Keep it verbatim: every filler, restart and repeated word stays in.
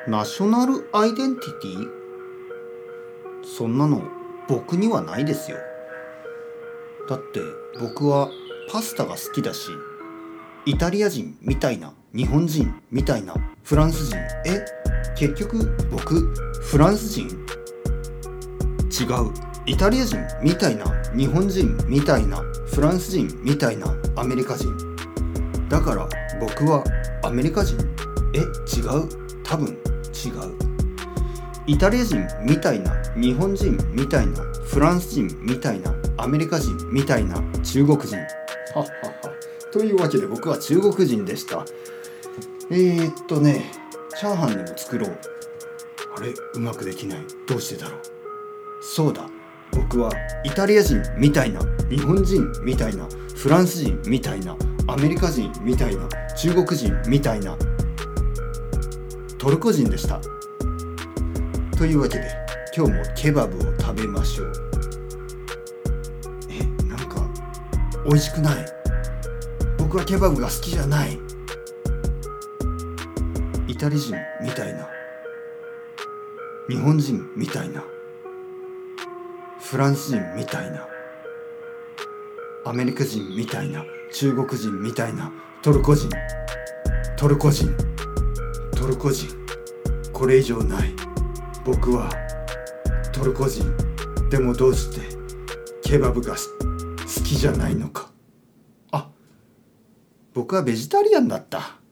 ナショナルアイデンティティ？そんなの僕にはないですよ。だって僕はパスタが好きだし、イタリア人みたいな日本人みたいなフランス人、え結局僕フランス人？違う、イタリア人みたいな日本人みたいなフランス人みたいなアメリカ人だから僕はアメリカ人？え違う、多分違う。イタリア人みたいな日本人みたいなフランス人みたいなアメリカ人みたいな中国人。はっはっは。というわけで僕は中国人でした。えーっとねチャーハンにも作ろう。あれうまくできない。どうしてだろう。そうだ、僕はイタリア人みたいな日本人みたいなフランス人みたいなアメリカ人みたいな中国人みたいなトルコ人でした。というわけで今日もケバブを食べましょう。え、なんか美味しくない。僕はケバブが好きじゃない。イタリア人みたいな日本人みたいなフランス人みたいなアメリカ人みたいな中国人みたいなトルコ人トルコ人トルコ人これ以上ない。僕はトルコ人でもどうしてケバブが好きじゃないのか。あ、僕はベジタリアンだった。